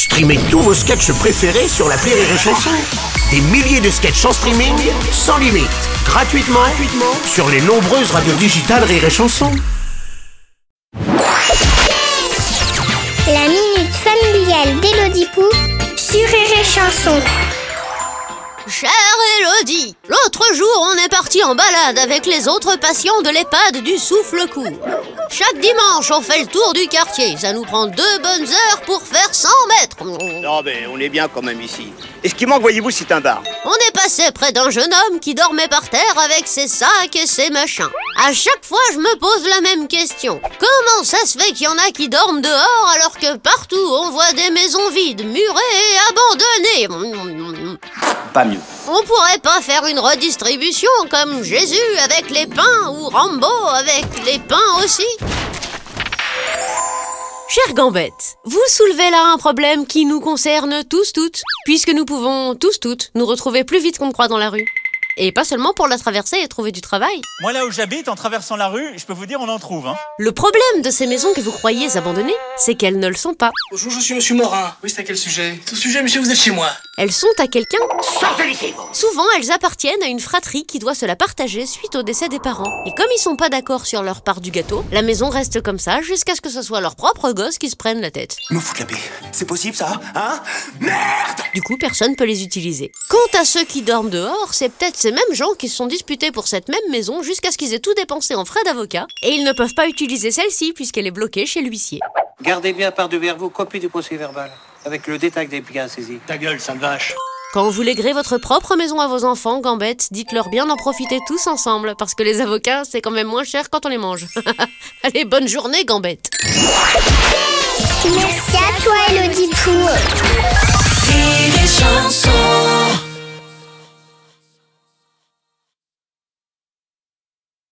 Streamez tous vos sketchs préférés sur l'appli Rire et Chanson. Des milliers de sketchs en streaming, sans limite, gratuitement sur les nombreuses radios digitales Rire et Chanson. La minute familiale d'Élodie Pou sur Rire et Chanson. Chère Élodie, l'autre jour on est parti en balade avec les autres patients de l'EHPAD du Souffle Court. Chaque dimanche on fait le tour du quartier, ça nous prend 2 bonnes heures pour faire 100 mètres. Non mais on est bien quand même ici. Et ce qui manque, voyez-vous, c'est un bar. On est passé près d'un jeune homme qui dormait par terre avec ses sacs et ses machins. À chaque fois je me pose la même question. Comment ça se fait qu'il y en a qui dorment dehors alors que partout on voit des maisons vides, murées et abandonnées? Pas mieux. On pourrait pas faire une redistribution comme Jésus avec les pains ou Rambo avec les pains aussi? Chère Gambette, vous soulevez là un problème qui nous concerne tous toutes, puisque nous pouvons tous toutes nous retrouver plus vite qu'on ne croit dans la rue. Et pas seulement pour la traverser et trouver du travail. Moi, là où j'habite, en traversant la rue, je peux vous dire, on en trouve. Le problème de ces maisons que vous croyez abandonnées, c'est qu'elles ne le sont pas. Bonjour, je suis monsieur Morin. Oui, c'est à quel sujet? Ce sujet, monsieur, vous êtes chez moi. Elles sont à quelqu'un. Sortez d'ici, vous! Souvent, elles appartiennent à une fratrie qui doit se la partager suite au décès des parents. Et comme ils sont pas d'accord sur leur part du gâteau, la maison reste comme ça jusqu'à ce que ce soit leurs propres gosses qui se prennent la tête. Me foutre la paix. C'est possible, ça? Hein? Merde! Du coup, personne peut les utiliser. Quant à ceux qui dorment dehors, c'est peut-être ces mêmes gens qui se sont disputés pour cette même maison jusqu'à ce qu'ils aient tout dépensé en frais d'avocat. Et ils ne peuvent pas utiliser celle-ci puisqu'elle est bloquée chez l'huissier. Gardez bien par-devers vous copie du procès verbal, avec le détail des biens saisis. Ta gueule, sale vache. Quand vous léguerez votre propre maison à vos enfants, Gambette, dites-leur bien d'en profiter tous ensemble, parce que les avocats, c'est quand même moins cher quand on les mange. Allez, bonne journée, Gambette. Merci à toi, Élodie Pou.